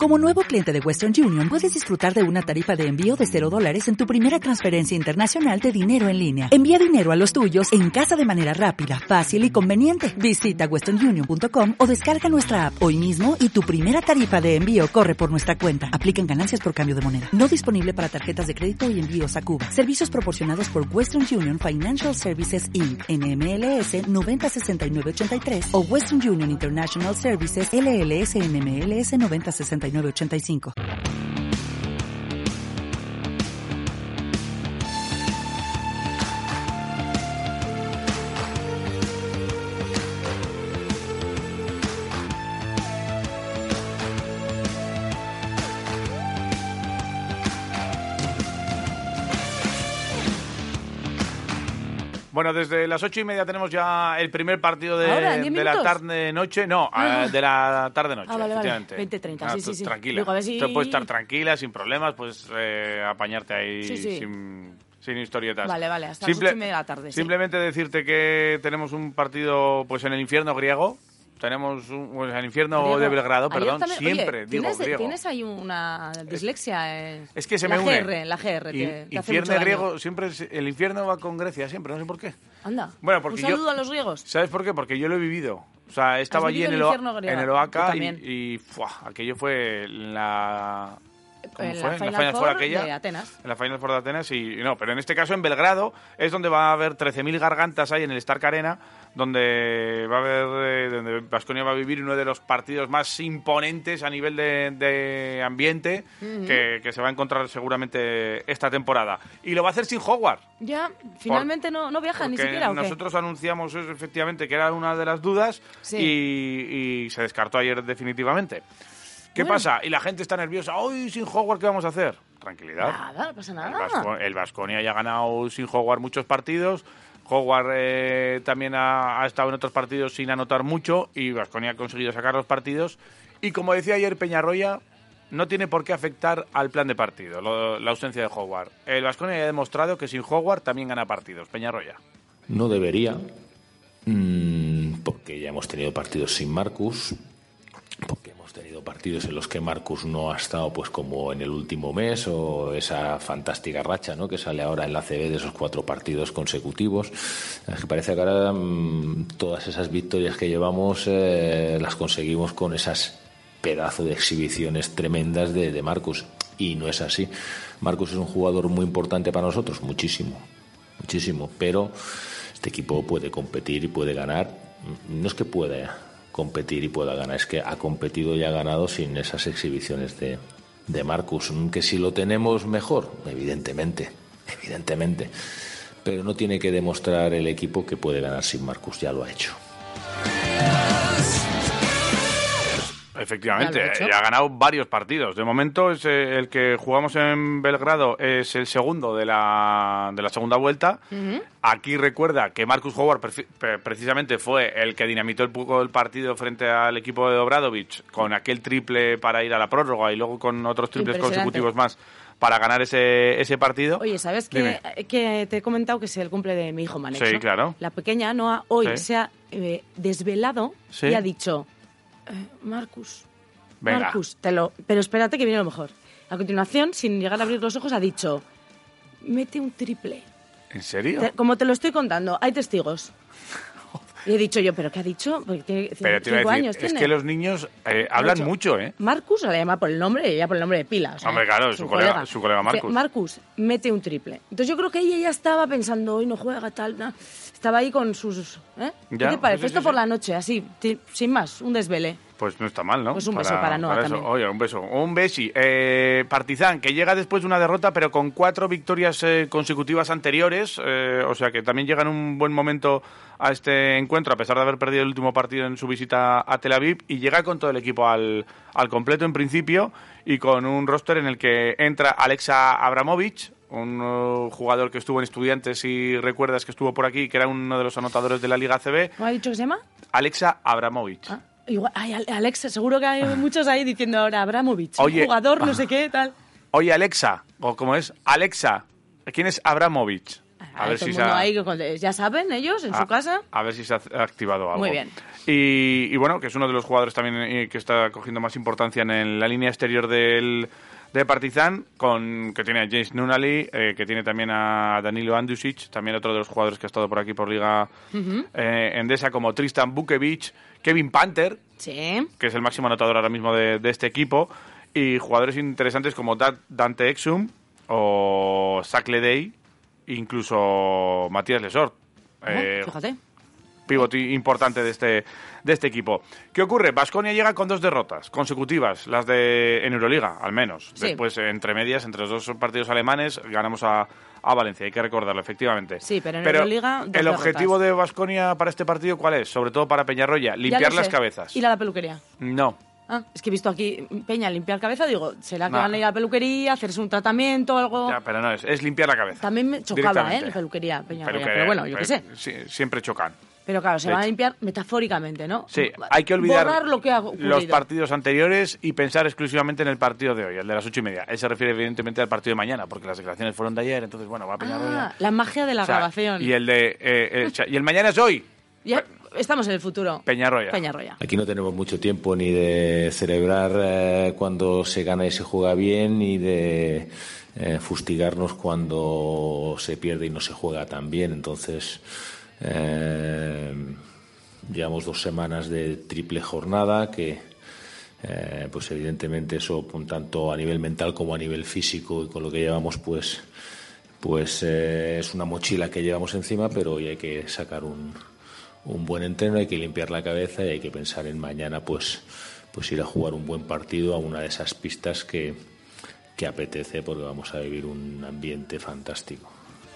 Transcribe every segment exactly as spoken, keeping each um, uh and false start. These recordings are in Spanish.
Como nuevo cliente de Western Union, puedes disfrutar de una tarifa de envío de cero dólares en tu primera transferencia internacional de dinero en línea. Envía dinero a los tuyos en casa de manera rápida, fácil y conveniente. Visita western union punto com o descarga nuestra app hoy mismo y tu primera tarifa de envío corre por nuestra cuenta. Aplican ganancias por cambio de moneda. No disponible para tarjetas de crédito y envíos a Cuba. Servicios proporcionados por Western Union Financial Services incorporated. N M L S noventa sesenta y nueve ochenta y tres o Western Union International Services L L S N M L S noventa sesenta y nueve ochenta y cinco. Bueno, desde las ocho y media tenemos ya el primer partido de, Ahora, de la tarde-noche. No, ah. de la tarde-noche, ah, vale, efectivamente. Vale. veinte treinta, ah, sí, sí, sí. Tranquila. Digo, a ver si... Tú puedes estar tranquila, sin problemas, puedes eh, apañarte ahí sí, sí. Sin, sin historietas. Vale, vale, hasta Simple, las ocho y media de la tarde. Simplemente sí. decirte que tenemos un partido pues en el infierno griego. Tenemos un, pues, el infierno griego. de Belgrado, Ayer perdón, también, siempre oye, digo ¿tienes, griego. Tienes ahí una dislexia. Eh? Es que se la me une. G R, la G R, y, te, te infierno griego, siempre el infierno va con Grecia, siempre, no sé por qué. Anda, bueno, porque un saludo yo, a los griegos. ¿Sabes por qué? Porque yo lo he vivido. O sea, estaba allí en el, el en el Oaca y, y fuah, aquello fue la... En fue? la Final, la Final Four aquella, de Atenas. En la Final Four de Atenas y no, pero en este caso en Belgrado es donde va a haber trece mil gargantas ahí en el Stark Arena, donde va a haber eh, donde Baskonia va a vivir uno de los partidos más imponentes a nivel de, de ambiente uh-huh. que, que se va a encontrar seguramente esta temporada. Y lo va a hacer sin Howard. Ya, finalmente Por, no, no viaja ni siquiera. ¿o qué? Nosotros anunciamos eso, efectivamente que era una de las dudas sí. y, y se descartó ayer definitivamente. ¿Qué bueno. pasa? Y la gente está nerviosa. ¡Ay, sin Howard qué vamos a hacer! Tranquilidad. Nada, no pasa nada. El Baskonia ya ha ganado sin Howard muchos partidos. Howard eh, también ha, ha estado en otros partidos sin anotar mucho y Baskonia ha conseguido sacar los partidos. Y como decía ayer Peñarroya, no tiene por qué afectar al plan de partido, lo, la ausencia de Howard. El Baskonia ya ha demostrado que sin Howard también gana partidos. Peñarroya. No debería, mmm, porque ya hemos tenido partidos sin Marcus, porque hemos tenido partidos en los que Marcus no ha estado pues como en el último mes o esa fantástica racha, ¿no?, que sale ahora en la A C B de esos cuatro partidos consecutivos. Es que parece que ahora mmm, todas esas victorias que llevamos eh, las conseguimos con esas pedazo de exhibiciones tremendas de, de Marcus, y no es así. Marcus es un jugador muy importante para nosotros, muchísimo, muchísimo, pero este equipo puede competir y puede ganar. No es que pueda competir y pueda ganar, es que ha competido y ha ganado sin esas exhibiciones de, de Marcus. Que si lo tenemos mejor, evidentemente, evidentemente, pero no tiene que demostrar el equipo que puede ganar sin Marcus, ya lo ha hecho. Efectivamente, ya, ya ha ganado varios partidos. De momento es eh, el que jugamos en Belgrado es el segundo de la, de la segunda vuelta. Uh-huh. Aquí recuerda que Marcus Howard pre- pre- precisamente fue el que dinamitó el, el partido frente al equipo de Obradovic con aquel triple para ir a la prórroga y luego con otros triples consecutivos más para ganar ese, ese partido. Oye, ¿sabes que, que te he comentado que es el cumple de mi hijo Manex? Sí, ¿no? Claro. La pequeña Noah hoy sí. se ha eh, desvelado sí. y ha dicho... Eh, Marcus, Venga. Marcus, te lo, pero espérate que viene lo mejor. A continuación, sin llegar a abrir los ojos, ha dicho, mete un triple. ¿En serio? Te, como te lo estoy contando, hay testigos. Y he dicho yo, ¿pero qué ha dicho? Porque pero te iba a decir, años tiene. Es que los niños eh, hablan hecho, mucho, ¿eh? Marcus la llama por el nombre y ella por el nombre de pila. O sea, Hombre, claro, su, su, colega, colega, su colega Marcus. Marcus, mete un triple. Entonces yo creo que ella ya estaba pensando, hoy no juega, tal, nah. Estaba ahí con sus... ¿eh? Ya, ¿Qué te parece? sí, Esto sí, por sí. la noche, así, t- sin más, un desvele. Pues no está mal, ¿no? Pues un beso para, para Noah para también. Oye, un beso. Un besi. Eh, Partizan, que llega después de una derrota, pero con cuatro victorias eh, consecutivas anteriores. Eh, o sea, que también llega en un buen momento a este encuentro, a pesar de haber perdido el último partido en su visita a Tel Aviv. Y llega con todo el equipo al, al completo en principio y con un roster en el que entra Alexa Abramovic, un uh, jugador que estuvo en Estudiantes y recuerdas que estuvo por aquí, que era uno de los anotadores de la Liga A C B. ¿Cómo ha dicho que se llama? Alexa Abramovic. Ah. Igual, ay, Alexa, seguro que hay muchos ahí diciendo ahora Abramovich, Oye, un jugador, no sé qué, tal. Oye, Alexa, o como es, Alexa, ¿quién es Abramovich? A ver todo si el se mundo ha... ahí, ya saben ellos, en a, su casa. A ver si se ha activado algo. Muy bien. Y, y bueno, que es uno de los jugadores también que está cogiendo más importancia en la línea exterior del... de Partizan, con que tiene a James Nunnally, eh, que tiene también a Danilo Andjusic, también otro de los jugadores que ha estado por aquí por Liga uh-huh. eh, Endesa, como Tristan Bukovic, Kevin Panther, sí. que es el máximo anotador ahora mismo de, de este equipo, y jugadores interesantes como Dante Exum o Zach Ledey, incluso Matías Lesort. Oh, eh, fíjate. Pivot importante de este de este equipo. ¿Qué ocurre? Baskonia llega con dos derrotas consecutivas, las de en Euroliga, al menos. Sí. Después, entre medias, entre los dos partidos alemanes, ganamos a, a Valencia, hay que recordarlo, efectivamente. Sí, pero en pero Euroliga, dos el objetivo derrotas. de Baskonia para este partido, ¿cuál es? Sobre todo para Peñarroya, limpiar las cabezas. ¿Ir a la peluquería? No. Ah, es que he visto aquí Peña limpiar cabeza, digo, ¿será que nah. van a ir a la peluquería, hacerse un tratamiento o algo? Ya, pero no, es, es limpiar la cabeza. También me chocaba, ¿eh? La peluquería, Peña Peluquería, pero bueno, yo qué sé. Sí, siempre chocan. Pero claro, se de van hecho. a limpiar metafóricamente, ¿no? Sí, hay que olvidar Borrar lo que ha ocurrido. los partidos anteriores y pensar exclusivamente en el partido de hoy, el de las ocho y media. Él se refiere evidentemente al partido de mañana, porque las declaraciones fueron de ayer, entonces bueno, va a Peñarroya. Ah, la magia de la o sea, grabación. Y el de eh, el, y el mañana es hoy. Ya estamos en el futuro. Peñarroya. Peñarroya. Aquí no tenemos mucho tiempo ni de celebrar eh, cuando se gana y se juega bien, ni de eh, fustigarnos cuando se pierde y no se juega tan bien. Entonces, eh, llevamos dos semanas de triple jornada que, eh, pues evidentemente eso, tanto a nivel mental como a nivel físico y con lo que llevamos, pues, pues eh, es una mochila que llevamos encima, pero hoy hay que sacar un un buen entreno, hay que limpiar la cabeza y hay que pensar en mañana pues pues ir a jugar un buen partido a una de esas pistas que, que apetece, porque vamos a vivir un ambiente fantástico.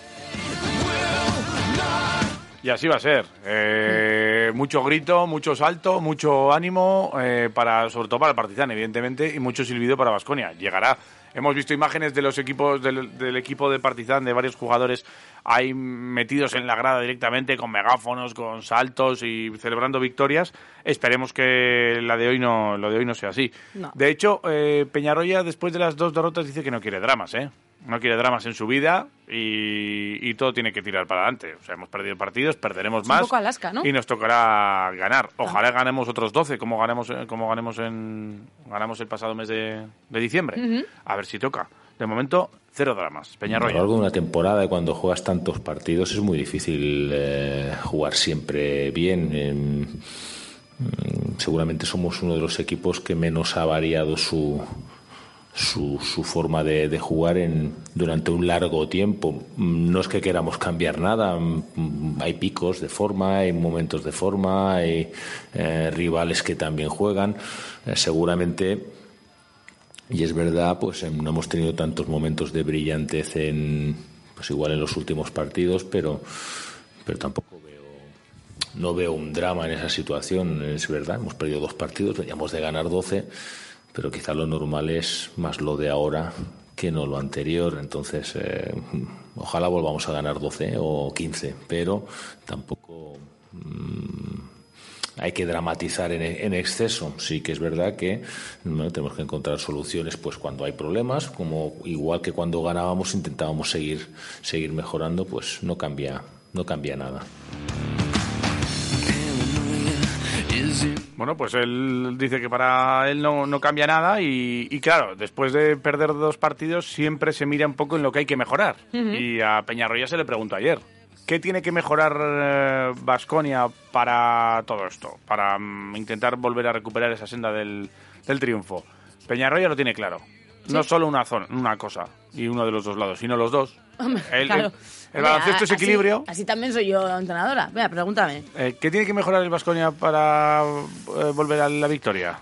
Y así va a ser. Eh, mucho grito, mucho salto, mucho ánimo, eh, para sobre todo para el Partizan, evidentemente, y mucho silbido para Baskonia. Llegará. Hemos visto imágenes de los equipos del, del equipo de Partizan, de varios jugadores ahí metidos en la grada directamente, con megáfonos, con saltos y celebrando victorias. Esperemos que la de hoy no, lo de hoy no sea así. No. De hecho, eh, Peñarroya, después de las dos derrotas, dice que no quiere dramas, ¿eh? No quiere dramas en su vida y, y todo tiene que tirar para adelante. O sea, hemos perdido partidos, perderemos es más. Un poco Alaska, ¿no? Y nos tocará ganar. Ojalá ganemos otros doce, como ganemos, como ganemos en ganamos el pasado mes de, de diciembre. Uh-huh. A ver si toca. De momento, cero dramas. Peñarroya. A lo largo de una temporada, cuando juegas tantos partidos, es muy difícil eh, jugar siempre bien. Eh, seguramente somos uno de los equipos que menos ha variado su Su, su forma de, de jugar en, durante un largo tiempo. No es que queramos cambiar nada, hay picos de forma, hay momentos de forma, hay eh, rivales que también juegan. Eh, seguramente, y es verdad, pues eh, no hemos tenido tantos momentos de brillantez en, pues igual en los últimos partidos, pero, pero tampoco veo, no veo un drama en esa situación. Es verdad, hemos perdido dos partidos, veníamos de ganar doce, pero quizá lo normal es más lo de ahora que no lo anterior. Entonces, eh, ojalá volvamos a ganar doce o quince, pero tampoco mmm, hay que dramatizar en, en exceso. Sí que es verdad que bueno, tenemos que encontrar soluciones pues cuando hay problemas, como igual que cuando ganábamos intentábamos seguir, seguir mejorando, pues no cambia, no cambia nada. Bueno, pues él dice que para él no, no cambia nada y, y claro, después de perder dos partidos siempre se mira un poco en lo que hay que mejorar. Uh-huh. Y a Peñarroya se le preguntó ayer, ¿qué tiene que mejorar Baskonia eh, para todo esto? Para um, intentar volver a recuperar esa senda del, del triunfo. Peñarroya lo tiene claro. ¿Sí? No solo una zona, una cosa y uno de los dos lados, sino los dos. Hombre, el, claro. el, el baloncesto es equilibrio. Así, así también soy yo entrenadora. Venga, pregúntame. Eh, ¿Qué tiene que mejorar el Baskonia para eh, volver a la victoria?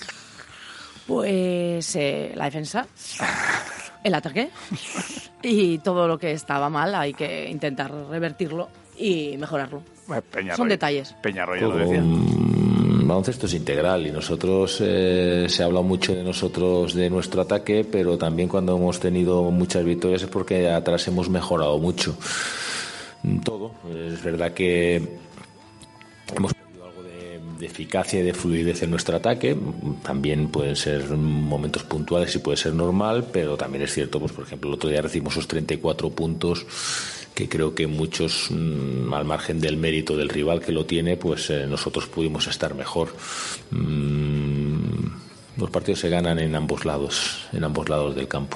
Pues eh, la defensa, el ataque y todo lo que estaba mal hay que intentar revertirlo y mejorarlo. Peñarroya, Son detalles. Peñarroya lo decía. El baloncesto es integral y nosotros eh, se ha hablado mucho de nosotros, de nuestro ataque, pero también cuando hemos tenido muchas victorias es porque atrás hemos mejorado mucho todo. Es verdad que hemos perdido algo de, de eficacia y de fluidez en nuestro ataque. También pueden ser momentos puntuales y puede ser normal, pero también es cierto, pues por ejemplo, el otro día recibimos esos treinta y cuatro puntos que creo que muchos, mmm, al margen del mérito del rival que lo tiene, pues eh, nosotros pudimos estar mejor. Mm, los partidos se ganan en ambos lados, en ambos lados del campo.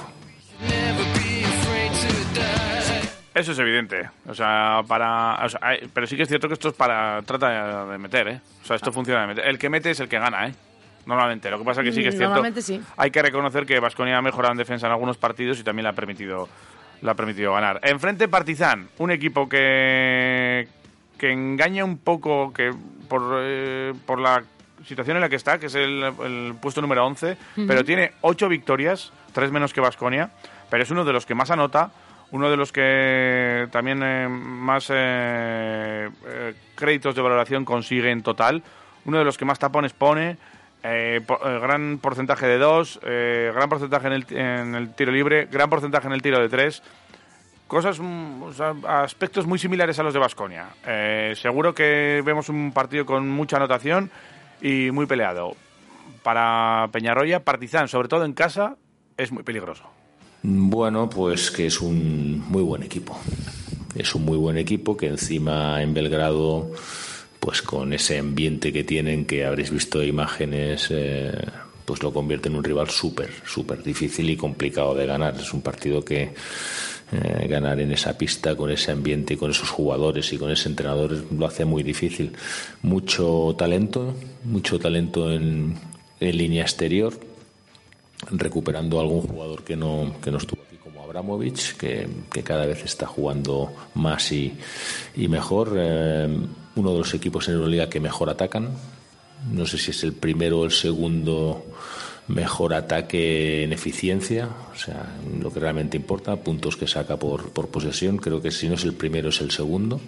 Eso es evidente, o sea, para, o sea, hay, pero sí que es cierto que esto es para, trata de meter, ¿eh? O sea, esto funciona de meter. El que mete es el que gana, ¿eh? Normalmente, lo que pasa es que sí que es cierto. Normalmente sí. Hay que reconocer que Baskonia ha mejorado en defensa en algunos partidos y también le ha permitido, le ha permitido ganar. Enfrente Partizan, un equipo que, que engaña un poco, que por, eh, por la situación en la que está, que es el, el puesto número once, uh-huh. pero tiene ocho victorias, tres menos que Baskonia, pero es uno de los que más anota. Uno de los que también eh, más eh, eh, créditos de valoración consigue en total. Uno de los que más tapones pone. Eh, por, eh, gran porcentaje de dos. Eh, gran porcentaje en el, en el tiro libre. Gran porcentaje en el tiro de tres. Cosas, o sea, aspectos muy similares a los de Baskonia. Eh, seguro que vemos un partido con mucha anotación y muy peleado. Para Peñarroya, Partizan, sobre todo en casa, es muy peligroso. Bueno, pues que es un muy buen equipo. Es un muy buen equipo que encima en Belgrado, pues con ese ambiente que tienen, que habréis visto imágenes, eh, pues lo convierte en un rival súper, súper difícil y complicado de ganar. Es un partido que eh, ganar en esa pista, con ese ambiente, con esos jugadores y con ese entrenador lo hace muy difícil. Mucho talento, mucho talento en, en línea exterior, recuperando a algún jugador que no, que no estuvo aquí, como Abramovich, que, que cada vez está jugando más y, y mejor. Eh, uno de los equipos en Euroliga que mejor atacan. No sé si es el primero o el segundo mejor ataque en eficiencia, o sea, lo que realmente importa, puntos que saca por, por posesión. Creo que si no es el primero es el segundo.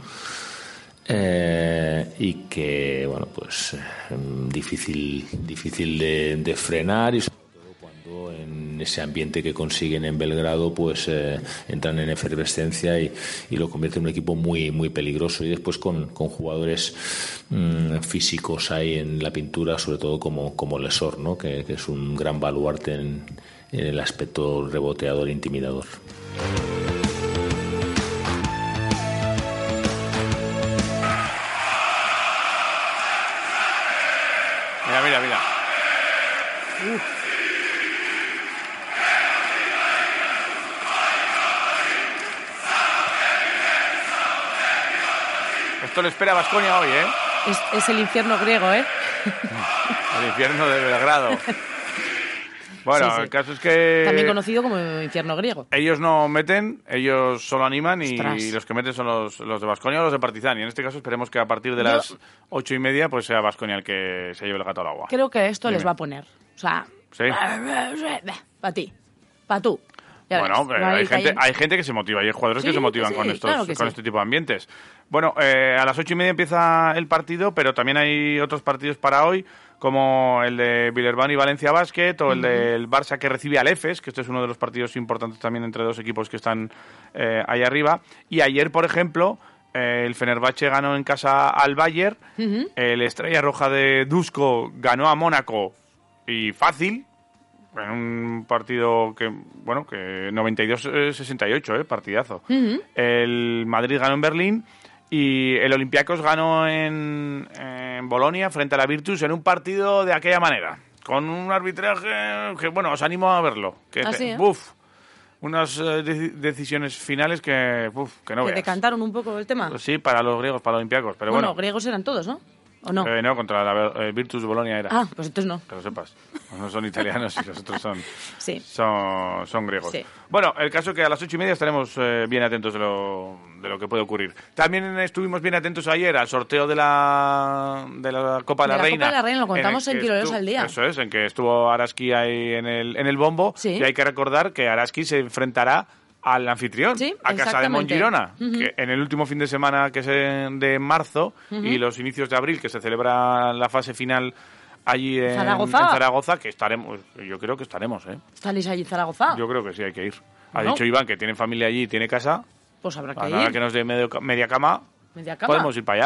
Eh, y que, bueno, pues eh, difícil, difícil de, de frenar, y en ese ambiente que consiguen en Belgrado, pues eh, entran en efervescencia y, y lo convierte en un equipo muy muy peligroso. Y después con, con jugadores mmm, físicos ahí en la pintura, sobre todo como, como Lesor, ¿no? que, que es un gran baluarte en, en el aspecto reboteador e intimidador. Mira, mira, mira. Uf. Esto le espera a Baskonia hoy, ¿eh? Es, es el infierno griego, ¿eh? El infierno de Belgrado. Bueno, sí, sí. El caso es que... También conocido como infierno griego. Ellos no meten, ellos solo animan y, y los que meten son los, los de Baskonia o los de Partizan. Y en este caso esperemos que a partir de las Yo... ocho y media pues sea Baskonia el que se lleve el gato al agua. Creo que esto Dime. les va a poner. O sea... ¿Sí? Para ti. Para tú. Ya bueno, ves, hay, gente, hay gente que se motiva y hay jugadores sí, que se motivan sí, con, estos, claro con sí. este tipo de ambientes. Bueno, eh, a las ocho y media empieza el partido, pero también hay otros partidos para hoy, como el de Villerban y Valencia Basket, o el uh-huh. del Barça que recibe al Efes, que este es uno de los partidos importantes también entre dos equipos que están eh, ahí arriba. Y ayer, por ejemplo, eh, el Fenerbahce ganó en casa al Bayern, uh-huh. el Estrella Roja de Dusko ganó a Mónaco y fácil, en un partido que, bueno, que noventa y dos a sesenta y ocho, eh, partidazo. Uh-huh. El Madrid ganó en Berlín y el Olympiacos ganó en, en Bolonia frente a la Virtus en un partido de aquella manera, con un arbitraje que, bueno, os animo a verlo. Que ¿Ah, te, sí, eh? Buf, unas eh, de- decisiones finales que, uf, que no ¿Que veas. decantaron un poco el tema? Sí, para los griegos, para los Olympiacos, pero bueno, bueno. griegos eran todos, ¿no? ¿O no? Eh, no, contra la eh, Virtus Bolonia era. Ah, pues entonces no. Que lo sepas. No son italianos y los otros son, sí. son, son griegos. Sí. Bueno, el caso es que a las ocho y media estaremos eh, bien atentos de lo, de lo que puede ocurrir. También estuvimos bien atentos ayer al sorteo de la, de la Copa de la, de la Reina. Copa de la Reina, lo contamos en, en Quiroleros al día. Eso es, en que estuvo Araski ahí en el, en el bombo. Sí. Y hay que recordar que Araski se enfrentará al anfitrión, sí, a Casa de Montgirona, uh-huh. que en el último fin de semana que es de marzo uh-huh. y los inicios de abril, que se celebra la fase final allí en Zaragoza, en Zaragoza que estaremos, yo creo que estaremos, ¿eh? ¿Estáis allí en Zaragoza? Yo creo que sí, hay que ir. Ha ¿No? dicho Iván que tiene familia allí y tiene casa. Pues habrá que a ir. nada que nos dé medio, media cama, ¿Media cama? podemos ir para allá.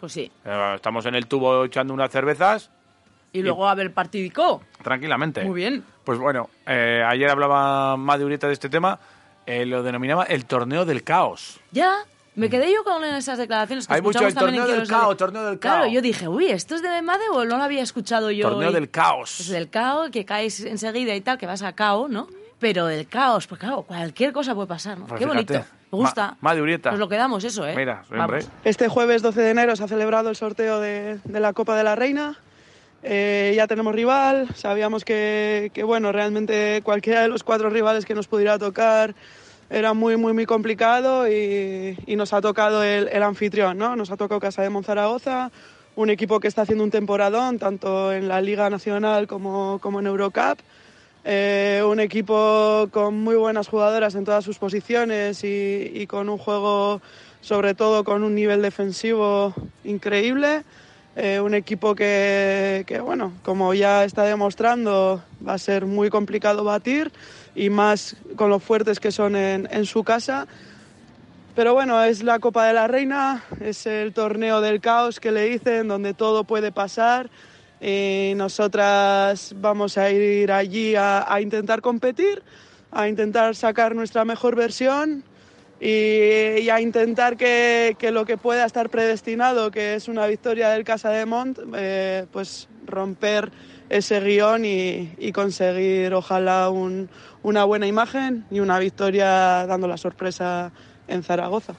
Pues sí. Eh, estamos en el tubo echando unas cervezas. Y luego a ver partidico. Tranquilamente. Muy bien. Pues bueno, eh, ayer hablaba más de Urieta de este tema, eh, lo denominaba el torneo del caos. Ya, me quedé yo con esas declaraciones que Hay mucho escuchamos el también torneo en del Quiero caos, saber. torneo del Claro, caos. yo dije, uy, ¿esto es de Made o no lo había escuchado yo? Torneo y- del caos. Es del caos, que caes enseguida y tal, que vas a caos, ¿no? Pero del caos, pues claro, cualquier cosa puede pasar, ¿no? Pues Qué fíjate. bonito, me gusta. Ma- más de Urieta. Nos lo quedamos eso, ¿eh? Mira, Vamos. hombre. Este jueves doce de enero se ha celebrado el sorteo de, de la Copa de la Reina. Eh, ya tenemos rival, sabíamos que, que, bueno, realmente cualquiera de los cuatro rivales que nos pudiera tocar era muy, muy, muy complicado y, y nos ha tocado el, el anfitrión, ¿no? Nos ha tocado Casa de Monzaragoza, un equipo que está haciendo un temporadón, tanto en la Liga Nacional como, como en Eurocup. Eh, un equipo con muy buenas jugadoras en todas sus posiciones y, y con un juego, sobre todo con un nivel defensivo increíble. Eh, un equipo que, que, bueno, como ya está demostrando, va a ser muy complicado batir y más con lo fuertes que son en, en su casa. Pero bueno, es la Copa de la Reina, es el torneo del caos que le dicen, donde todo puede pasar. Y nosotras vamos a ir allí a, a intentar competir, a intentar sacar nuestra mejor versión y, y a intentar que, que lo que pueda estar predestinado, que es una victoria del Casa de Mont, eh, pues romper ese guión y, y conseguir ojalá un, una buena imagen y una victoria dando la sorpresa en Zaragoza.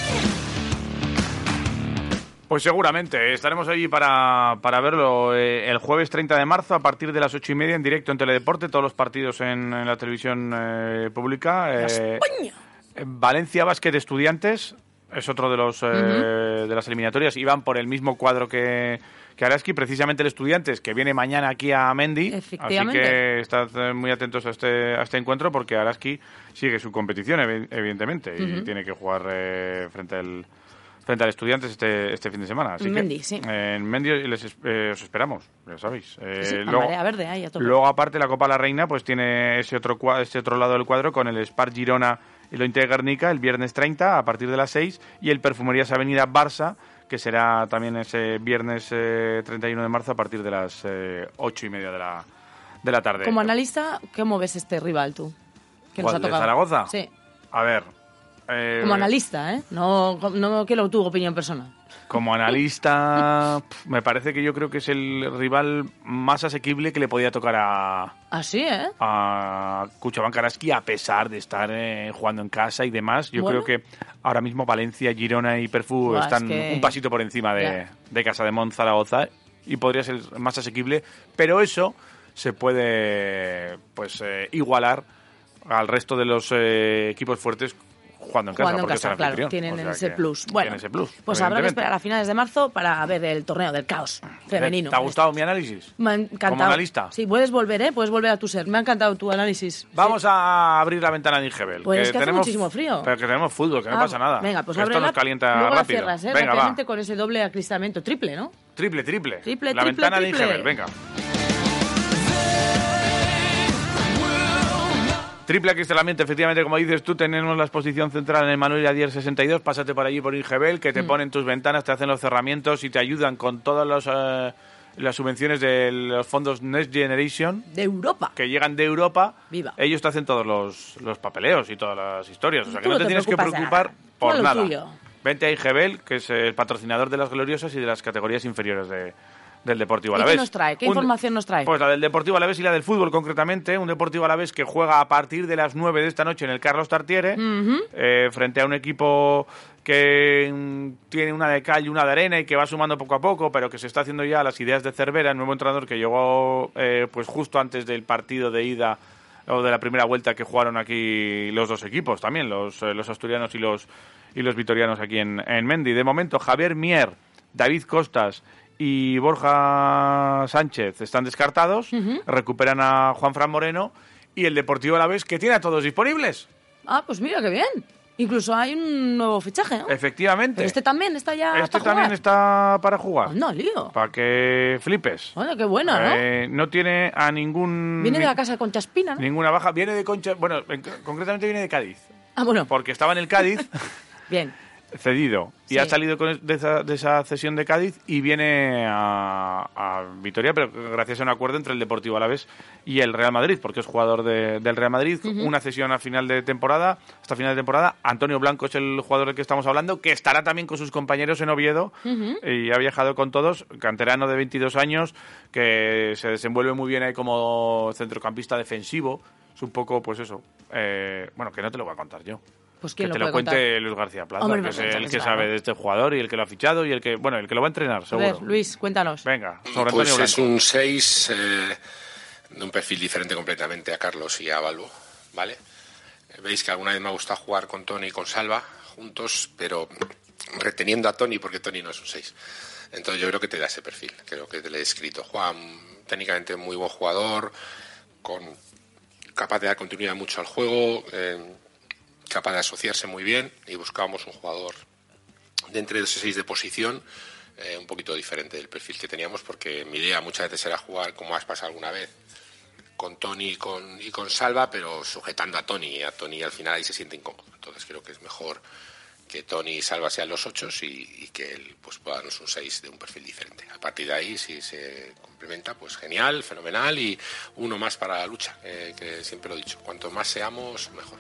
Pues seguramente, estaremos allí para, para verlo eh, el jueves treinta de marzo a partir de las ocho y media en directo en Teledeporte, todos los partidos en, en la televisión eh, pública. Eh, España. Valencia Básquet Estudiantes es otro de los eh, uh-huh. de las eliminatorias y van por el mismo cuadro que, que Araski, precisamente el Estudiantes, que viene mañana aquí a Mendy. Así que estad muy atentos a este, a este encuentro porque Araski sigue su competición, evidentemente, uh-huh. y tiene que jugar eh, frente al... frente al Estudiantes este, este fin de semana. Así Mendy, que, sí. Eh, en Mendy les, eh, os esperamos, ya sabéis. Eh, sí, luego, marea verde, ahí a tope. Luego, aparte, la Copa de la Reina pues tiene ese otro, ese otro lado del cuadro con el Spar Girona y lo Inte Guernica el viernes treinta a partir de las seis y el Perfumerías Avenida Barça, que será también ese viernes eh, treinta y uno de marzo a partir de las eh, ocho y media de la, de la tarde. Como analista, ¿cómo ves este rival tú? ¿Que nos ha tocado? ¿De Zaragoza? Sí. A ver... Eh, como analista, ¿eh? No, no quiero tu opinión personal. Como analista, me parece que yo creo que es el rival más asequible que le podía tocar a... ¿Ah, sí, eh? A Cuchabank Araski, a pesar de estar eh, jugando en casa y demás. Yo bueno. creo que ahora mismo Valencia, Girona y Perfú Buah, están es que... un pasito por encima de, de Casa de Mont Zaragoza y podría ser más asequible, pero eso se puede pues eh, igualar al resto de los eh, equipos fuertes jugando en casa, jugando en casa, claro, tienen, o sea ese plus. Bueno, ese plus, pues habrá que esperar a finales de marzo para ver el torneo del caos femenino. ¿Te ha gustado mi análisis? Me ha encantado. Como analista. Sí, puedes volver, ¿eh? Puedes volver a tu ser. Me ha encantado tu análisis. Vamos sí. a abrir la ventana de Ingebel. Pues que es que tenemos, hace muchísimo frío. Pero que tenemos fútbol, que ah, no pasa nada. Venga, pues esto la, nos calienta luego rápido. La cierras, ¿eh? Venga, rápidamente va. con ese doble acristalamiento. Triple, ¿no? Triple, triple. Triple, la triple, ventana triple. de Ingebel, venga. Triple acristalamiento, efectivamente, como dices tú, tenemos la exposición central en el Manuel Adier sesenta y dos. Pásate por allí por Ingebel, que te mm. ponen tus ventanas, te hacen los cerramientos y te ayudan con todas los, uh, las subvenciones de los fondos Next Generation. De Europa. Que llegan de Europa. Viva. Ellos te hacen todos los, los papeleos y todas las historias. O sea, que no te, te tienes que preocupar nada. por Todo nada. Tuyo. Vente a Ingebel, que es el patrocinador de las gloriosas y de las categorías inferiores de... del Deportivo ¿Y Alavés. qué nos trae? ¿Qué un, información nos trae? Pues la del Deportivo Alavés y la del fútbol concretamente. Un Deportivo Alavés que juega a partir de las nueve de esta noche en el Carlos Tartiere, uh-huh. eh, frente a un equipo que mm, tiene una de cal y una de arena y que va sumando poco a poco, pero que se está haciendo ya las ideas de Cervera, el nuevo entrenador que llegó eh, pues justo antes del partido de ida o de la primera vuelta que jugaron aquí los dos equipos también, los, eh, los asturianos y los, y los vitorianos aquí en, en Mendy. De momento, Javier Mier, David Costas y Borja Sánchez están descartados, uh-huh. recuperan a Juan Fran Moreno y el Deportivo Alavés, que tiene a todos disponibles. Ah, pues mira, qué bien. Incluso hay un nuevo fichaje, ¿no? Efectivamente. Pero este también está ya Este para también jugar. está para jugar. Oh, no, lío. Para que flipes. Oye, qué buena, ¿no? Eh, no tiene a ningún... Viene de la casa de Concha Espina, ¿no? Ninguna baja. Viene de Concha... Bueno, en, concretamente viene de Cádiz. Ah, bueno. Porque estaba en el Cádiz... Bien. cedido y Sí. ha salido con, de, esa, de esa cesión de Cádiz y viene a, a Vitoria, pero gracias a un acuerdo entre el Deportivo Alavés y el Real Madrid, porque es jugador de, del Real Madrid. Uh-huh. Una cesión a final de temporada, hasta final de temporada. Antonio Blanco es el jugador del que estamos hablando, que estará también con sus compañeros en Oviedo uh-huh. y ha viajado con todos, canterano de veintidós años, que se desenvuelve muy bien ahí como centrocampista defensivo. Es un poco, pues eso, eh, bueno, que no te lo voy a contar yo. Pues que ¿quién te lo lo puede cuente contar? Luis García Plaza, Hombre, que es no, el que claro. sabe de este jugador y el que lo ha fichado y el que, bueno, el que lo va a entrenar, A seguro. ver, Luis, cuéntanos. Venga, sobre Pues Antonio es Blanco. un seis eh, de un perfil diferente completamente a Carlos y a Balbo, ¿vale? Veis que alguna vez me ha gustado jugar con Toni y con Salva juntos, pero reteniendo a Toni porque Toni no es un seis. Entonces yo creo que te da ese perfil, creo que te lo he escrito. Juega técnicamente muy buen jugador, con capaz de dar continuidad mucho al juego, eh, capaz de asociarse muy bien, y buscábamos un jugador de entre dos y seis de posición, eh, un poquito diferente del perfil que teníamos, porque mi idea muchas veces era jugar, como has pasado alguna vez, con Toni y con, y con Salva, pero sujetando a Toni, y a Toni al final ahí se siente incómodo. Entonces creo que es mejor que Toni y Salva sean los ochos y, y que él pues pueda darnos un seis de un perfil diferente. A partir de ahí, si se complementa, pues genial, fenomenal, y uno más para la lucha, eh, que siempre lo he dicho, cuanto más seamos, mejor.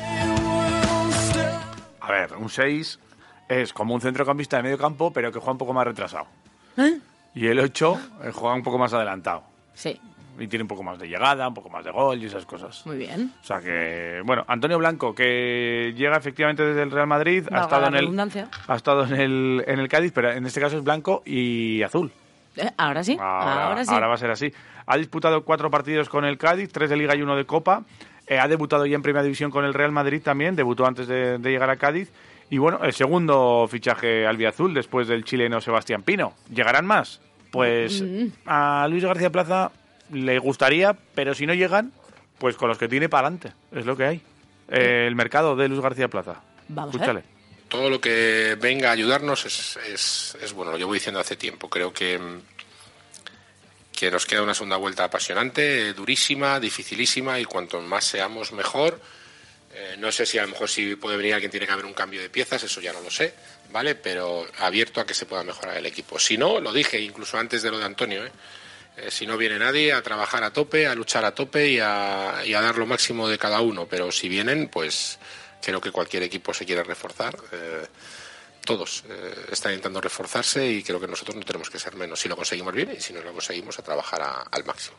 A ver, un seis es como un centrocampista de medio campo, pero que juega un poco más retrasado. ¿Eh? Y el ocho eh, juega un poco más adelantado. Sí, Y tiene un poco más de llegada, un poco más de gol y esas cosas. muy bien. O sea que, bueno, Antonio Blanco, que llega efectivamente desde el Real Madrid, ha Valga estado, la en el, redundancia. ha estado en el en el Cádiz, pero en este caso es blanco y azul. ¿Eh? Ahora sí, Ahora, ahora sí. ahora va a ser así. Ha disputado cuatro partidos con el Cádiz, tres de Liga y uno de Copa. Eh, ha debutado ya en Primera División con el Real Madrid también, debutó antes de, de llegar a Cádiz. Y bueno, el segundo fichaje albiazul después del chileno Sebastián Pino. ¿Llegarán más? Pues Mm. a Luis García Plaza le gustaría, pero si no llegan, pues con los que tiene para adelante. Es lo que hay. Eh, el mercado de Luis García Plaza. Vamos a Escúchale. ver. Todo lo que venga a ayudarnos es, es, es bueno, lo llevo diciendo hace tiempo. Creo que, que nos queda una segunda vuelta apasionante, durísima, dificilísima, y cuanto más seamos, mejor. Eh, no sé si a lo mejor si puede venir alguien, tiene que haber un cambio de piezas, eso ya no lo sé, ¿vale? Pero abierto a que se pueda mejorar el equipo. Si no, lo dije incluso antes de lo de Antonio, ¿eh? Eh, si no viene nadie, a trabajar a tope, a luchar a tope y a, y a dar lo máximo de cada uno. Pero si vienen, pues creo que cualquier equipo se quiere reforzar. Eh, todos eh, están intentando reforzarse y creo que nosotros no tenemos que ser menos. Si lo conseguimos bien y si no lo conseguimos, a trabajar a, al máximo.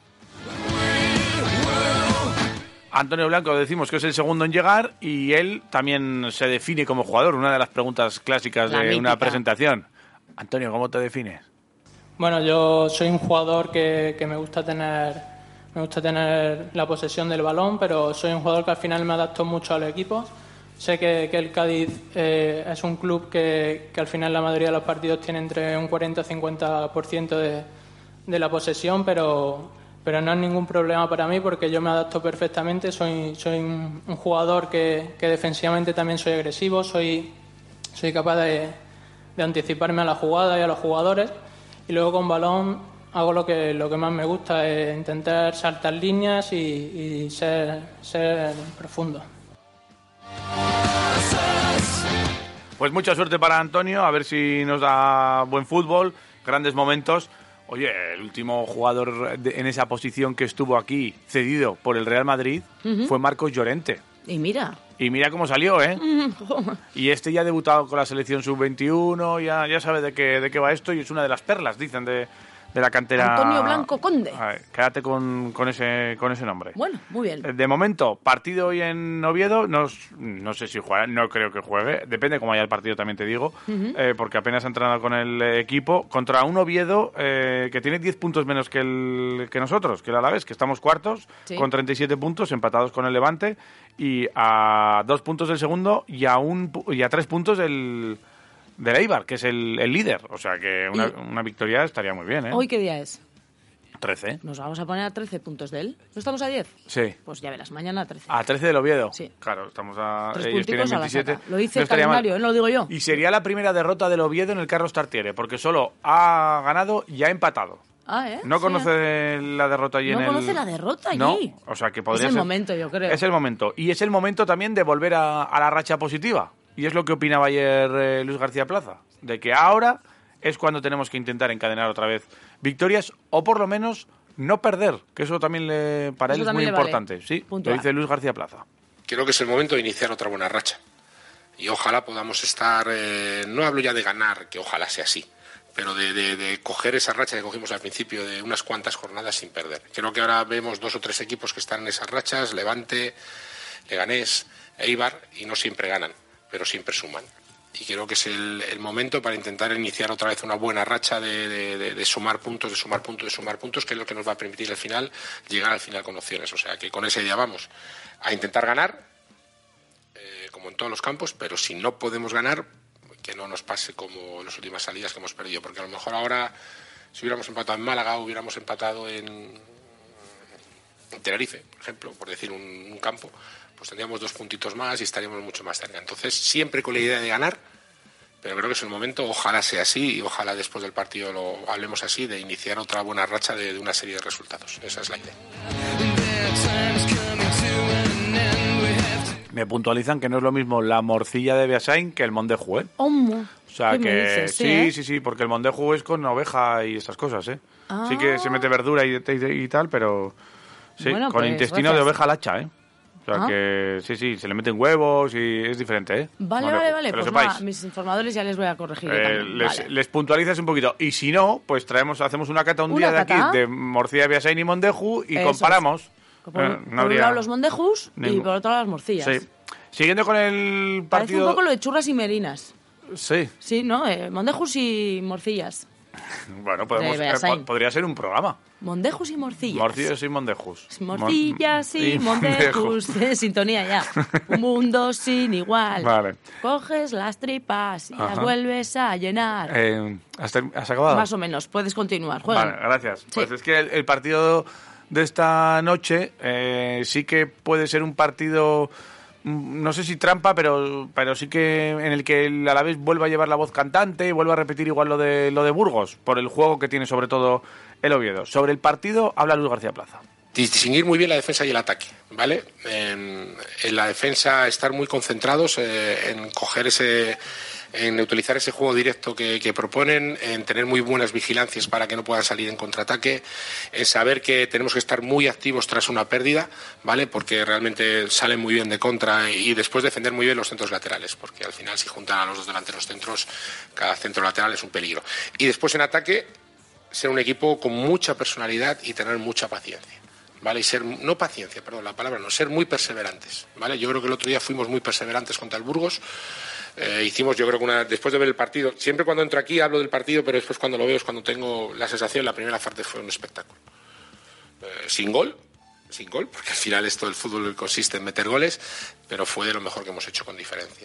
Antonio Blanco, decimos que es el segundo en llegar y él también se define como jugador. Una de las preguntas clásicas La de una mítica. presentación. Antonio, ¿cómo te defines? Bueno, yo soy un jugador que, que me gusta tener me gusta tener la posesión del balón, pero soy un jugador que al final me adapto mucho al equipo. Sé que, que el Cádiz eh, es un club que, que al final la mayoría de los partidos tiene entre un cuarenta y cincuenta por ciento de, de la posesión, pero, pero no es ningún problema para mí porque yo me adapto perfectamente. Soy, soy un, un jugador que, que defensivamente también soy agresivo, soy, soy capaz de, de anticiparme a la jugada y a los jugadores. Y luego con balón hago lo que, lo que más me gusta, es intentar saltar líneas y, y ser, ser profundo. Pues mucha suerte para Antonio, a ver si nos da buen fútbol, grandes momentos. Oye, el último jugador de- en esa posición que estuvo aquí, cedido por el Real Madrid, Ujú. fue Marcos Llorente. Y mira, Y mira cómo salió, ¿eh? Y este ya ha debutado con la selección sub veintiuno, ya, ya sabe de qué, de qué va esto y es una de las perlas, dicen, de, de la cantera. Antonio Blanco Conde. A ver, quédate con, con, ese, con ese nombre. bueno, muy bien. De momento, partido hoy en Oviedo, no, no sé si jugará, no creo que juegue, depende cómo haya el partido también te digo, Ujú. eh, porque apenas ha entrenado con el eh, equipo, contra un Oviedo eh, que tiene diez puntos menos que el que nosotros, que el Alavés, que estamos cuartos, Sí. con treinta y siete puntos, empatados con el Levante, y a dos puntos del segundo y a, un, pu- y a tres puntos del, del Eibar, que es el, el líder, o sea que una, Y- una victoria estaría muy bien, ¿eh? ¿Hoy qué día es? trece, Nos vamos a poner a trece puntos de él. ¿No estamos a diez? sí. Pues ya verás, mañana a trece. A trece del Oviedo. Sí. Claro, estamos a... Tres ellos tienen punticos a la veintisiete. saca. Lo dice No el estaría mal. calendario, ¿eh? No lo digo yo. Y sería la primera derrota del Oviedo en el Carlos Tartiere, porque solo ha ganado y ha empatado. Ah, ¿eh? No Sí. conoce la derrota allí No en el... conoce la derrota allí. No, o sea que podría Es el ser- momento, yo creo. Es el momento. Y es el momento también de volver a, a la racha positiva. Y es lo que opinaba ayer eh, Luis García Plaza, de que ahora es cuando tenemos que intentar encadenar otra vez victorias o por lo menos no perder, que eso también le, para eso él es muy importante. Vale. Sí, puntual. lo dice Luis García Plaza. Creo que es el momento de iniciar otra buena racha. Y ojalá podamos estar, eh, no hablo ya de ganar, que ojalá sea así, pero de, de, de coger esa racha que cogimos al principio de unas cuantas jornadas sin perder. Creo que ahora vemos dos o tres equipos que están en esas rachas, Levante, Leganés, Eibar, y no siempre ganan, pero siempre suman. Y creo que es el, el momento para intentar iniciar otra vez una buena racha de, de, de, de sumar puntos, de sumar puntos, de sumar puntos, que es lo que nos va a permitir al final llegar al final con opciones. O sea, que con ese día vamos a intentar ganar, eh, como en todos los campos, pero si no podemos ganar, que no nos pase como en las últimas salidas que hemos perdido, porque a lo mejor ahora, si hubiéramos empatado en Málaga o hubiéramos empatado en, en Tenerife, por ejemplo, por decir un, un campo, pues tendríamos dos puntitos más y estaríamos mucho más cerca. Entonces, siempre con la idea de ganar, pero creo que es el momento, ojalá sea así, y ojalá después del partido lo hablemos así, de iniciar otra buena racha de, de una serie de resultados. Esa es la idea. Me puntualizan que no es lo mismo la morcilla de Beasain que el Mondeju, ¿eh? ¿Cómo? O sea ¿Qué que me dices, sí, eh? sí, sí, porque el Mondeju es con oveja y esas cosas, ¿eh? Ah. Sí que se mete verdura y, y, y tal, pero sí, Bueno, con pues, intestino gracias. de oveja lacha, ¿eh? O sea Ah. que sí, sí, se le meten huevos y es diferente, ¿eh? Vale, Mondeju, vale, vale. que lo Pues sepáis. nada, mis informadores ya les voy a corregir. yo Eh, también. les, Vale. les puntualizas un poquito. Y si no, pues traemos, hacemos una cata un ¿Una día de cata? aquí de morcilla de Beasain y Mondeju y Eso comparamos. Por, Eh, por no un habría lado los mondejus y ningún- por otro lado las morcillas. Sí. Siguiendo con el Parece partido... un poco lo de churras y merinas. Sí. Sí, ¿no? Eh, mondejus y morcillas. Bueno, podemos, De eh, Beasain. po- podría ser un programa. Mondejus y morcillas. Morcillas y mondejus. Morcillas Mon- y mondejus. Eh, Sintonía ya. Un mundo sin igual. Vale. Coges las tripas y las Ajá. vuelves a llenar. Eh, ¿has, ter- has acabado? Más o menos. Puedes continuar. Juega. Vale, gracias. Sí. Pues es que el, el partido de esta noche eh, sí que puede ser un partido, mm, no sé si trampa, pero, pero sí que en el que el Alavés vuelva a llevar la voz cantante y vuelva a repetir igual lo de, lo de Burgos, por el juego que tiene sobre todo el Oviedo. Sobre el partido habla Luis García Plaza. Distinguir muy bien la defensa y el ataque, ¿vale? En, en la defensa estar muy concentrados eh, en coger ese, en utilizar ese juego directo que, que proponen, en tener muy buenas vigilancias para que no puedan salir en contraataque, en saber que tenemos que estar muy activos tras una pérdida, ¿vale? Porque realmente salen muy bien de contra y después defender muy bien los centros laterales, porque al final si juntan a los dos delanteros centros, cada centro lateral es un peligro. Y después en ataque, ser un equipo con mucha personalidad y tener mucha paciencia. ¿Vale? Y ser, no paciencia, perdón, la palabra no, ser muy perseverantes, ¿vale? Yo creo que el otro día fuimos muy perseverantes contra el Burgos, eh, hicimos yo creo que una, después de ver el partido, siempre cuando entro aquí hablo del partido, pero después cuando lo veo es cuando tengo la sensación, la primera parte fue un espectáculo. Eh, sin gol, sin gol, porque al final esto del fútbol consiste en meter goles, pero fue de lo mejor que hemos hecho con diferencia.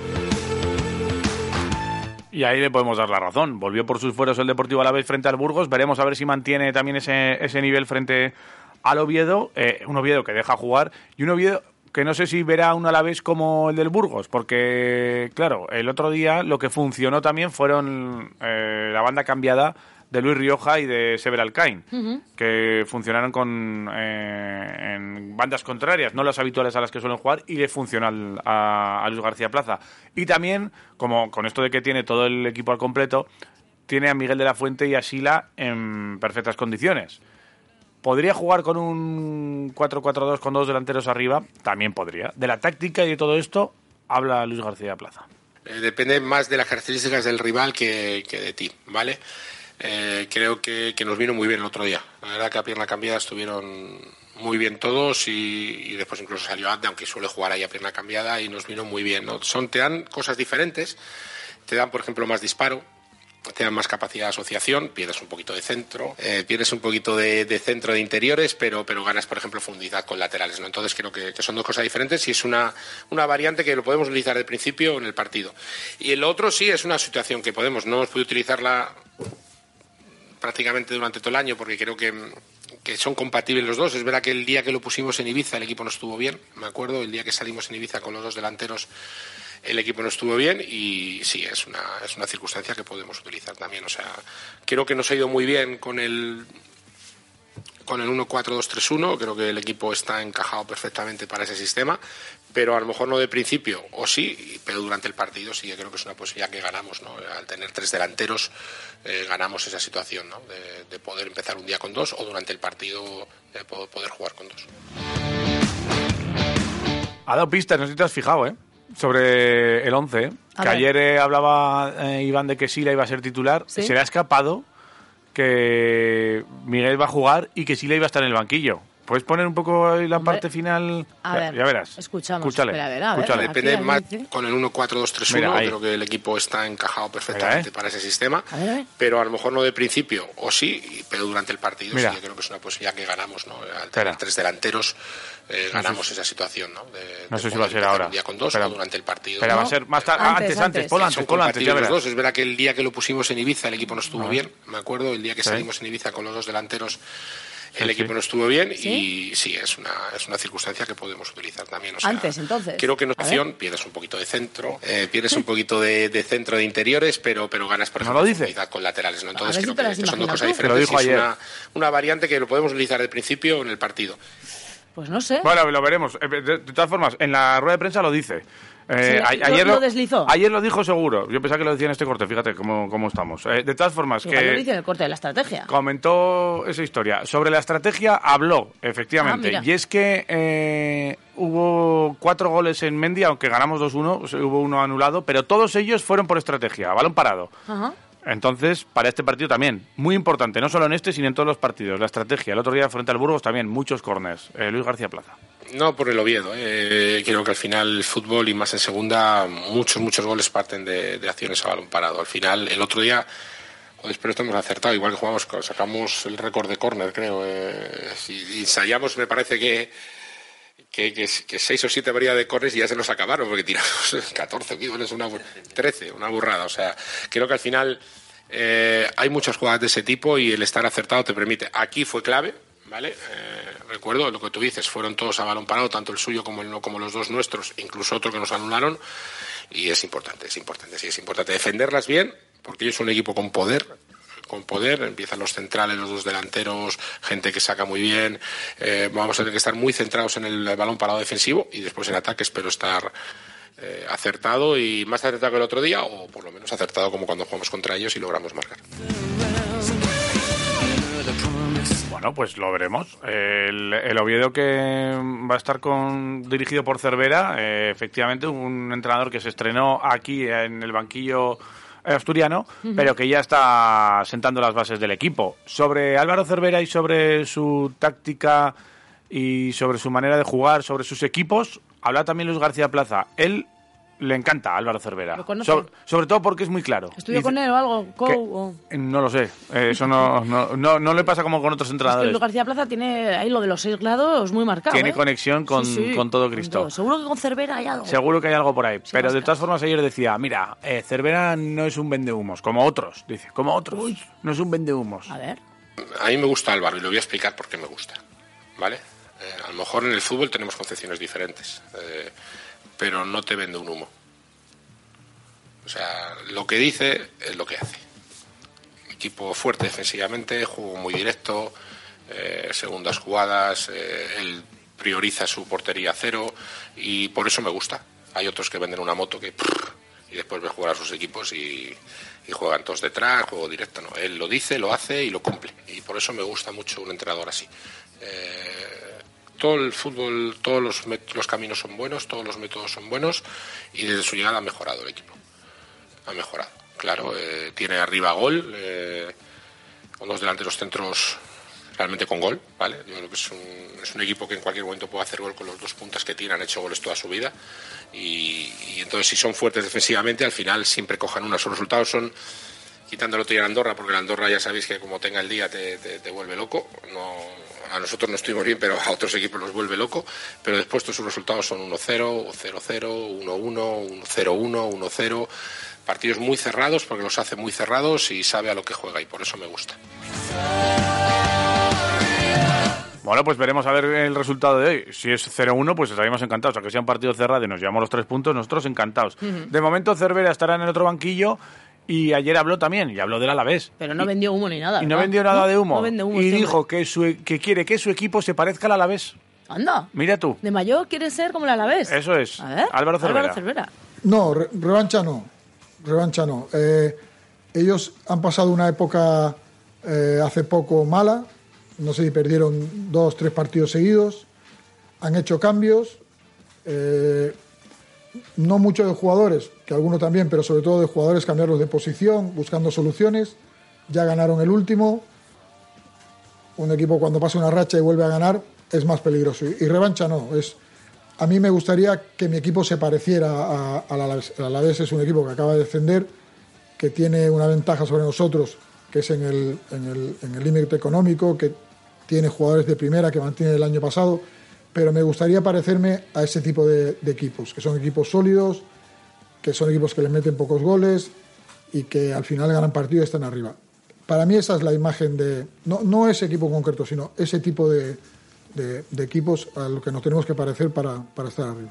Y ahí le podemos dar la razón. Volvió por sus fueros el Deportivo Alavés frente al Burgos. Veremos a ver si mantiene también ese, ese nivel frente al Oviedo. Eh, un Oviedo que deja jugar y un Oviedo que no sé si verá un Alavés como el del Burgos, porque, claro, el otro día lo que funcionó también fueron eh, la banda cambiada de Luis Rioja y de Sever Alcaín, uh-huh. que funcionaron con eh, en bandas contrarias, no las habituales a las que suelen jugar, y le funcionó al, a, a Luis García Plaza. Y también, como con esto de que tiene todo el equipo al completo, tiene a Miguel de la Fuente y a Sila en perfectas condiciones. ¿Podría jugar con un cuatro cuatro dos con dos delanteros arriba? También podría. De la táctica y de todo esto habla Luis García Plaza. Eh, depende más de las características del rival que, que de ti, ¿vale? Eh, creo que, que nos vino muy bien el otro día. La verdad que a pierna cambiada estuvieron muy bien todos y, y después incluso salió Adde, aunque suele jugar ahí a pierna cambiada, y nos vino muy bien, ¿no? Son, te dan cosas diferentes, te dan, por ejemplo, más disparo, te dan más capacidad de asociación, pierdes un poquito de centro, eh, pierdes un poquito de, de centro de interiores, pero, pero ganas, por ejemplo, profundidad con laterales, ¿no? Entonces creo que, que son dos cosas diferentes y es una, una variante que lo podemos utilizar de principio en el partido. Y el otro sí es una situación que podemos, no hemos podido utilizarla prácticamente durante todo el año porque creo que, que son compatibles los dos. Es verdad que el día que lo pusimos en Ibiza el equipo no estuvo bien, me acuerdo, el día que salimos en Ibiza con los dos delanteros el equipo no estuvo bien y sí, es una, es una circunstancia que podemos utilizar también. O sea, creo que nos ha ido muy bien con el con el uno cuatro dos tres uno, creo que el equipo está encajado perfectamente para ese sistema, pero a lo mejor no de principio, o sí, pero durante el partido sí, creo que es una posibilidad que ganamos, ¿no? Al tener tres delanteros eh, ganamos esa situación, ¿no? de, de poder empezar un día con dos o durante el partido eh, poder jugar con dos. Ha dado pistas, no sé si te has fijado, ¿eh? Sobre el once, ¿eh? Que ver. ayer eh, hablaba eh, Iván de que Sila iba a ser titular. ¿Sí? Se le ha escapado que Miguel va a jugar y que Sila iba a estar en el banquillo. ¿Puedes poner un poco ahí la Hombre, parte final? a ya, ver, ya verás. escuchamos. Escúchale, Espera, a ver, a ver. escúchale. Aquí Depende hay más dice. con el uno cuatro dos tres Mira, uno, ahí. creo que el equipo está encajado perfectamente Mira, ¿eh? para ese sistema, A ver, a ver. pero a lo mejor no de principio, o sí, pero durante el partido Mira. sí, yo creo que es una posibilidad que ganamos, ¿no? Al tener Espera. tres delanteros eh, No ganamos sé si- esa situación, ¿no? De, no de sé si poder va a ser empezar ahora. un día con dos Espera. o durante el partido. Espera, va a No. ser más tarde. Antes, Antes, antes, antes. ponlo Son antes, ponlo antes, ya compatibles los verás. dos. Es verdad que el día que lo pusimos en Ibiza el equipo no estuvo A ver. bien, me acuerdo, el día que Sí. salimos en Ibiza con los dos delanteros el Sí, equipo sí. no estuvo bien ¿Sí? y sí, es una, es una circunstancia que podemos utilizar también. O sea, Antes, entonces. Creo que en A ver. opción pierdes un poquito de centro, eh, pierdes un poquito de, de centro de interiores, pero, pero ganas, por ¿No ejemplo, lo dice? profundidad con laterales, ¿no? Entonces A ver si creo te lo has que, que son dos imaginado cosas tú. Te lo diferentes dijo y es ayer. una, una variante que lo podemos utilizar al principio en el partido. Pues no sé. Bueno, lo veremos. Eh, De, de todas formas, en la rueda de prensa lo dice. Eh, Se le- a- lo- ayer lo deslizó. Ayer lo dijo seguro. Yo pensaba que lo decía en este corte. Fíjate cómo, cómo estamos. Eh, de todas formas, Igual lo que dice en el corte de la estrategia. comentó esa historia. Sobre la estrategia habló, efectivamente. Ah, mira. y es que eh, hubo cuatro goles en Mendy, aunque ganamos dos uno, o sea, hubo uno anulado, pero todos ellos fueron por estrategia, balón parado. Ajá. Entonces, para este partido también, muy importante, no solo en este, sino en todos los partidos. La estrategia. El otro día frente al Burgos también, muchos córners. Eh, Luis García Plaza. No por el Oviedo, eh. creo que al final el fútbol y más en segunda, muchos, muchos goles parten de, de acciones a balón parado. Al final, el otro día, joder, espero que hemos acertado, igual que jugamos, sacamos el récord de córner, creo. Eh, si ensayamos, me parece que, que, que, que seis o siete variedades de córners y ya se nos acabaron, porque tiramos catorce, una, trece, una burrada. O sea, creo que al final eh, hay muchas jugadas de ese tipo y el estar acertado te permite. Aquí fue clave. ¿Vale? Eh, recuerdo lo que tú dices, fueron todos a balón parado, tanto el suyo como, el, como los dos nuestros, incluso otro que nos anularon, y es importante, es importante, sí, es importante defenderlas bien, porque ellos son un equipo con poder, con poder, empiezan los centrales, los dos delanteros, gente que saca muy bien, eh, vamos a tener que estar muy centrados en el balón parado defensivo y después en ataque espero estar eh, acertado y más acertado que el otro día, o por lo menos acertado como cuando jugamos contra ellos y logramos marcar. Bueno, pues lo veremos. El, el Oviedo que va a estar con, dirigido por Cervera, eh, efectivamente, un entrenador que se estrenó aquí en el banquillo asturiano, uh-huh. pero que ya está sentando las bases del equipo. Sobre Álvaro Cervera y sobre su táctica y sobre su manera de jugar, sobre sus equipos, habla también Luis García Plaza. Él le encanta a Álvaro Cervera. ¿Lo conoce? Sobre, sobre todo porque es muy claro. ¿Estudió Dice, con él o algo? ¿Co que, o? No lo sé. Eh, eso no, no, no, no le pasa como con otros entrenadores. Es que Luis García Plaza tiene ahí lo de los seis grados muy marcado. Tiene ¿eh? conexión con, sí, sí, con todo con Cristo. todo. Seguro que con Cervera hay algo. Seguro que hay algo por ahí. Sí, pero de bastante. todas formas ayer decía, mira, eh, Cervera no es un vendehumos, como otros. Dice, como otros. Uy. No es un vendehumos. A ver. A mí me gusta Álvaro y lo voy a explicar por qué me gusta, ¿vale? Eh, a lo mejor en el fútbol tenemos concepciones diferentes, eh, pero no te vende un humo. O sea, lo que dice es lo que hace. Equipo fuerte defensivamente, juego muy directo, eh, segundas jugadas, eh, él prioriza su portería a cero y por eso me gusta. Hay otros que venden una moto que prrr, y después ven jugar a sus equipos y, y juegan todos detrás, juego directo. No, él lo dice, lo hace y lo cumple. Y por eso me gusta mucho un entrenador así. Eh, todo el fútbol, todos los, los caminos son buenos, todos los métodos son buenos y desde su llegada ha mejorado el equipo. Ha mejorado, claro, eh, tiene arriba gol, eh, con dos delanteros centros realmente con gol, ¿vale? Yo creo que es un, es un equipo que en cualquier momento puede hacer gol con los dos puntas que tiene, han hecho goles toda su vida y, y entonces si son fuertes defensivamente al final siempre cojan una. Sus resultados son, quitando el otro día en Andorra, porque en Andorra ya sabéis que como tenga el día te, te, te vuelve loco, no, a nosotros no estuvimos bien, pero a otros equipos los vuelve loco, pero después todos sus resultados son uno cero, cero cero, uno uno, cero uno, uno cero, partidos muy cerrados porque los hace muy cerrados y sabe a lo que juega y por eso me gusta. Bueno, pues veremos a ver el resultado de hoy. Si es cero uno, pues estaríamos encantados. A que sea un partido cerrado y nos llevamos los tres puntos, nosotros encantados. Uh-huh. De momento Cervera estará en el otro banquillo Y ayer habló también, y habló del Alavés. Pero no y, vendió humo ni nada. Y no ¿verdad? vendió nada no, de humo. No vende humo y este dijo hombre. que, su, que quiere que su equipo se parezca al Alavés. Anda. Mira tú. De mayor quiere ser como el Alavés. Eso es. A ver, Álvaro Cervera. Álvaro Cervera. No, re- revancha no. Revancha no. Eh, ellos han pasado una época eh, hace poco mala. No sé si perdieron dos, tres partidos seguidos. Han hecho cambios. Eh, no mucho de jugadores, que algunos también, pero sobre todo de jugadores cambiarlos de posición, buscando soluciones. Ya ganaron el último. Un equipo cuando pasa una racha y vuelve a ganar es más peligroso. Y, y revancha no. Es, a mí me gustaría que mi equipo se pareciera al Alavés. El Alavés es un equipo que acaba de descender, que tiene una ventaja sobre nosotros, que es en el en el, en el límite económico, que tiene jugadores de primera que mantiene el año pasado, pero me gustaría parecerme a ese tipo de, de equipos, que son equipos sólidos, que son equipos que les meten pocos goles y que al final ganan partido y están arriba. Para mí esa es la imagen de, no, no ese equipo concreto, sino ese tipo de, de, de equipos a lo que nos tenemos que parecer para, para estar arriba.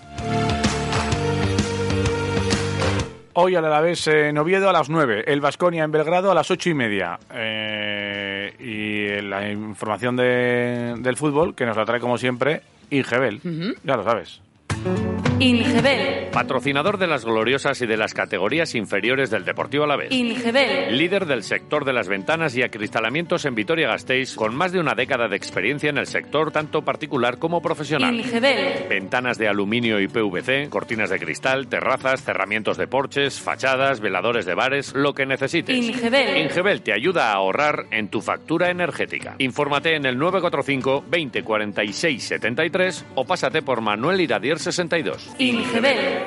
Hoy al Alavés en Oviedo a las nueve, el Baskonia en Belgrado a las ocho y media. Eh, y la información de, del fútbol, que nos la trae como siempre, Ingebel. Uh-huh. Ya lo sabes. Ingebel. Patrocinador de las gloriosas y de las categorías inferiores del Deportivo Alavés. Ingebel. Líder del sector de las ventanas y acristalamientos en Vitoria-Gasteiz, con más de una década de experiencia en el sector tanto particular como profesional. Ingebel. Ventanas de aluminio y P V C, cortinas de cristal, terrazas, cerramientos de porches, fachadas, veladores de bares, lo que necesites. Ingebel. Ingebel te ayuda a ahorrar en tu factura energética. Infórmate en el nueve cuatro cinco veinte cuarenta y seis setenta y tres o pásate por Manuel Iradier sesenta y dos. Ingebel.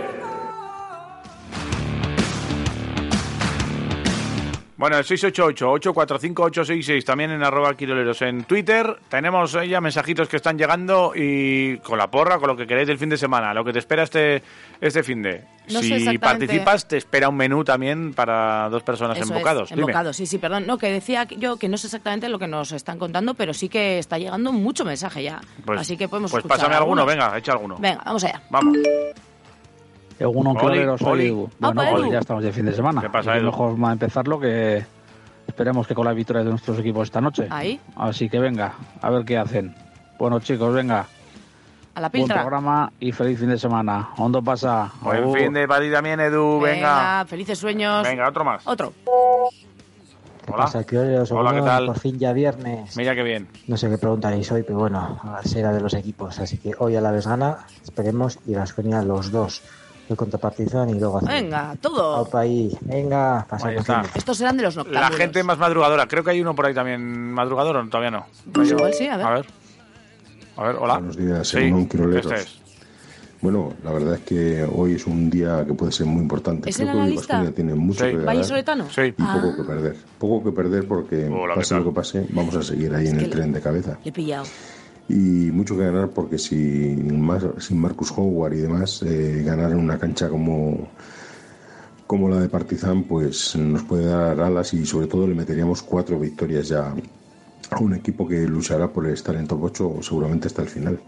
Bueno, el seis ocho ocho, ocho cuatro cinco, ocho seis seis, también en arroba quiroleros en Twitter. Tenemos ya mensajitos que están llegando y con la porra, con lo que queréis del fin de semana, lo que te espera este, este fin de. No si sé participas, te espera un menú también para dos personas Eso en bocados. Es, en bocados, sí, sí, perdón. No, que decía yo que no sé exactamente lo que nos están contando, pero sí que está llegando mucho mensaje ya. Pues, Así que podemos Pues escuchar pásame alguno, algunos. venga, echa alguno. Venga, vamos allá. Vamos. Egunon, Quiroleros, soy Edu. Bueno, Opa, pues Edu. ya estamos de fin de semana. ¿Qué pasa, Así que Edu? mejor va a empezarlo que esperemos que con las victorias de nuestros equipos esta noche. Ahí. Así que venga, a ver qué hacen. Bueno, chicos, venga. A la Buen piltra. programa y feliz fin de semana. ¿Dónde pasa? Buen Agur. fin de para ti también, Edu, venga. Venga, felices sueños. Venga, otro más. Otro. ¿Qué Hola. pasa, Quiroleros? Hola, ¿qué Bueno, tal? Por fin ya viernes. Mira qué bien. No sé qué preguntaréis hoy, pero bueno, a la será de los equipos. Así que hoy a la vez gana, esperemos, y Baskonia los dos. Hoy contra Partizan y luego hacer. Venga, todo. Opa ahí. Venga, pasa Ahí buen está. fin de- Estos serán de los La noctámbulos. gente más madrugadora. Creo que hay uno por ahí también madrugador, ¿o todavía no? Pues igual sí, a ver. A ver. A ver, hola. Buenos días, Sí, Egunon, Quiroleros. este es. Bueno, la verdad es que hoy es un día que puede ser muy importante. ¿Es Creo el que hoy analista? Baskonia tiene mucho Sí. que ganar ¿Vallisoletano? Sí. y poco Ah. que perder. Poco que perder porque Hola, ¿qué pase tal? lo que pase, vamos a seguir ahí en que el le- tren de cabeza. Le he pillado. Y mucho que ganar porque sin, Mar- sin Marcus Howard y demás, eh, ganar en una cancha como, como la de Partizan, pues nos puede dar alas y sobre todo le meteríamos cuatro victorias ya a un equipo que luchará por estar en top ocho seguramente hasta el final.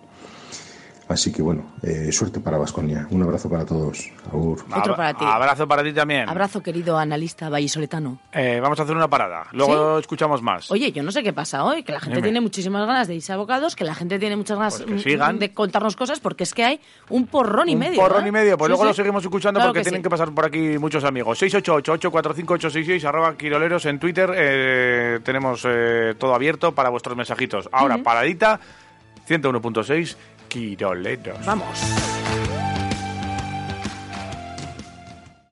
Así que bueno, eh, suerte para Baskonia. Un abrazo para todos. Agur. Otro Abra- para ti. Abrazo para ti también. Abrazo, querido analista vallisoletano. Eh, vamos a hacer una parada. Luego escuchamos más. Oye, yo no sé qué pasa hoy, que la gente Dime. tiene muchísimas ganas de irse a bocados, que la gente tiene muchas ganas Pues que mm, sigan. de contarnos cosas, porque es que hay un porrón y Un medio. porrón ¿eh? y medio. Pues Sí, luego sí. lo seguimos escuchando Claro porque que tienen sí. que pasar por aquí muchos amigos. seis ocho ocho, ocho cuatro cinco, ocho seis seis, arroba quiroleros en Twitter. Eh, tenemos eh, todo abierto para vuestros mensajitos. Ahora, Ujú. paradita, ciento uno punto seis, Quiroleros. Vamos.